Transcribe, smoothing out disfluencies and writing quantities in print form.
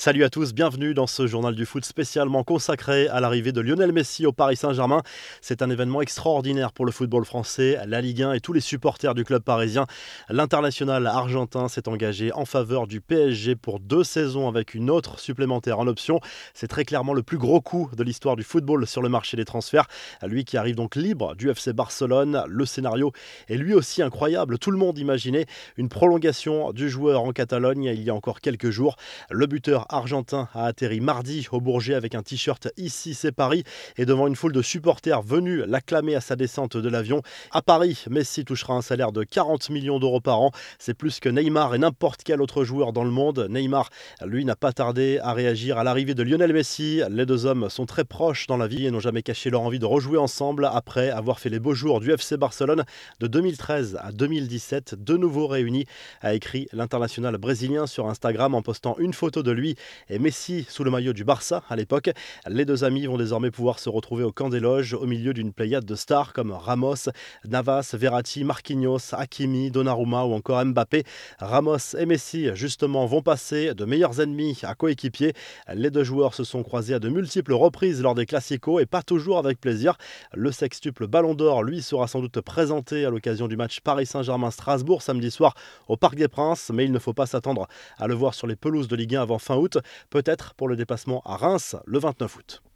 Salut à tous, bienvenue dans ce journal du foot spécialement consacré à l'arrivée de Lionel Messi au Paris Saint-Germain. C'est un événement extraordinaire pour le football français, la Ligue 1 et tous les supporters du club parisien. L'international argentin s'est engagé en faveur du PSG pour 2 saisons avec une autre supplémentaire en option. C'est très clairement le plus gros coup de l'histoire du football sur le marché des transferts. Lui qui arrive donc libre du FC Barcelone, le scénario est lui aussi incroyable. Tout le monde imaginait une prolongation du joueur en Catalogne il y a encore quelques jours. Le buteur argentin a atterri mardi au Bourget avec un t-shirt Ici c'est Paris et devant une foule de supporters venus l'acclamer à sa descente de l'avion. À Paris, Messi touchera un salaire de 40 millions d'euros par an. C'est plus que Neymar et n'importe quel autre joueur dans le monde. Neymar, lui, n'a pas tardé à réagir à l'arrivée de Lionel Messi. Les deux hommes sont très proches dans la vie et n'ont jamais caché leur envie de rejouer ensemble après avoir fait les beaux jours du FC Barcelone de 2013 à 2017, de nouveau réunis, a écrit l'international brésilien sur Instagram en postant une photo de lui et Messi sous le maillot du Barça à l'époque. Les deux amis vont désormais pouvoir se retrouver au camp des loges au milieu d'une pléiade de stars comme Ramos, Navas, Verratti, Marquinhos, Hakimi, Donnarumma ou encore Mbappé. Ramos et Messi justement vont passer de meilleurs ennemis à coéquipiers. Les deux joueurs se sont croisés à de multiples reprises lors des Classicos et pas toujours avec plaisir. Le sextuple Ballon d'Or, lui, sera sans doute présenté à l'occasion du match Paris Saint-Germain-Strasbourg samedi soir au Parc des Princes, mais il ne faut pas s'attendre à le voir sur les pelouses de Ligue 1 avant fin août, peut-être pour le déplacement à Reims le 29 août.